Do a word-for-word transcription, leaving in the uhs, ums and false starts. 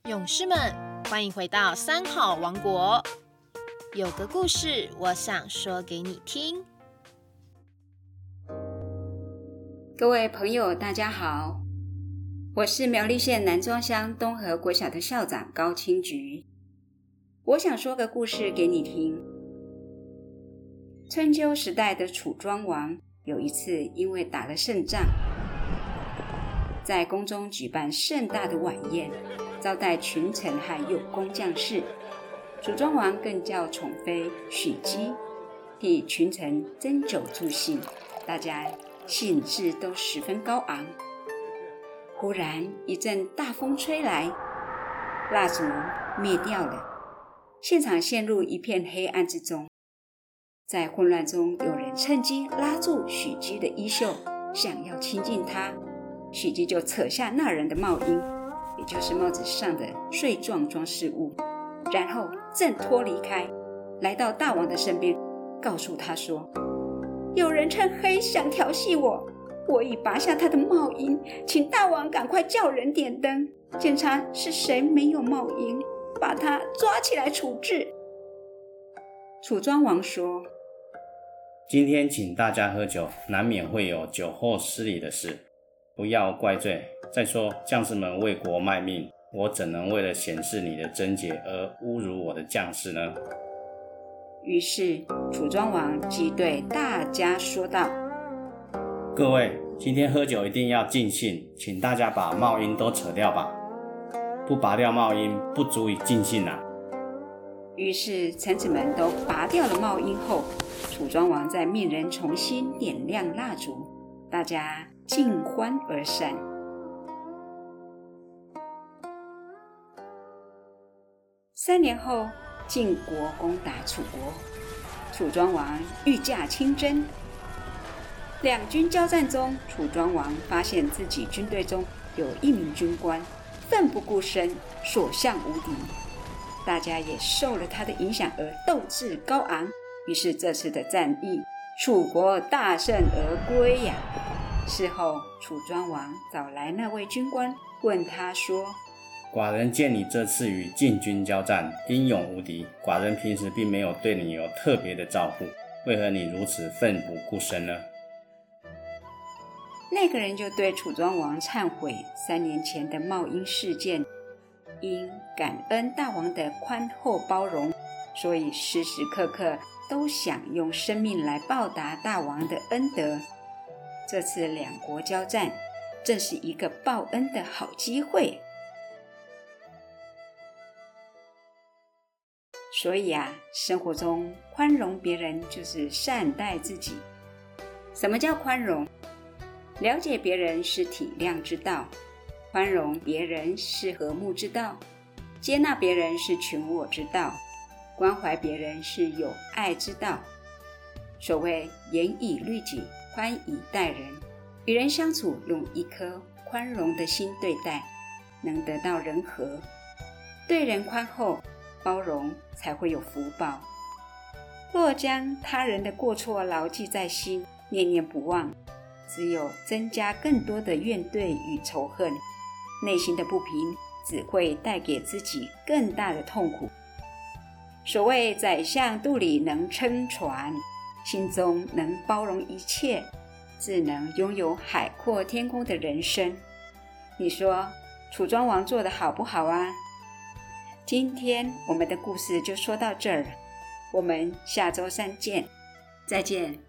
勇士们，欢迎回到三好王国。有个故事，我想说给你听。 各位朋友，大家好，我是苗栗县南庄乡东河国小的校长高清菊。我想说个故事给你听。春秋时代的楚庄王有一次因为打了胜仗，在宫中举办盛大的晚宴，招待群臣和有功将士。楚庄王更叫宠妃许姬替群臣斟酒助兴，大家兴致都十分高昂。忽然一阵大风吹来，蜡烛灭掉了，现场陷入一片黑暗之中。在混乱中，有人趁机拉住许姬的衣袖，想要亲近她。许姬就扯下那人的帽缨，也就是帽子上的穗状装饰物，然后挣脱离开，来到大王的身边，告诉他说，有人趁黑想调戏我，我已拔下他的帽缨，请大王赶快叫人点灯，检查是谁没有帽缨，把他抓起来处置。楚庄王说， 今天请大家喝酒，难免会有酒后失礼的事，不要怪罪。再说将士们为国卖命，我怎能为了显示你的贞洁而侮辱我的将士呢？ 于是楚庄王即对大家说道， 各位，今天喝酒一定要尽兴，请大家把帽缨都扯掉吧，不拔掉帽缨不足以尽兴啊。 于是臣子们都拔掉了帽缨后，楚庄王再命人重新点亮蜡烛，大家尽欢而散。三年后，晋国攻打楚国，楚庄王御驾亲征。两军交战中，楚庄王发现自己军队中有一名军官奋不顾身，所向无敌，大家也受了他的影响而斗志高昂。于是这次的战役，楚国大胜而归呀。事后，楚庄王找来那位军官，问他说， 寡人见你这次与晋军交战英勇无敌，寡人平时并没有对你有特别的照顾，为何你如此奋不顾身呢？ 那个人就对楚庄王忏悔三年前的帽缨事件，因感恩大王的宽厚包容，所以时时刻刻都想用生命来报答大王的恩德。这次两国交战，正是一个报恩的好机会。所以啊，生活中宽容别人就是善待自己。什么叫宽容？了解别人是体谅之道，宽容别人是和睦之道，接纳别人是群我之道，关怀别人是有爱之道。所谓严以律己，宽以待人，与人相处用一颗宽容的心对待，能得到人和。对人宽厚包容，才会有福报。若将他人的过错牢记在心，念念不忘，只有增加更多的怨怼与仇恨，内心的不平只会带给自己更大的痛苦。所谓宰相肚里能撑船，心中能包容一切，自能拥有海阔天空的人生。你说楚庄王做得好不好啊？今天我们的故事就说到这儿，我们下周三见，再见。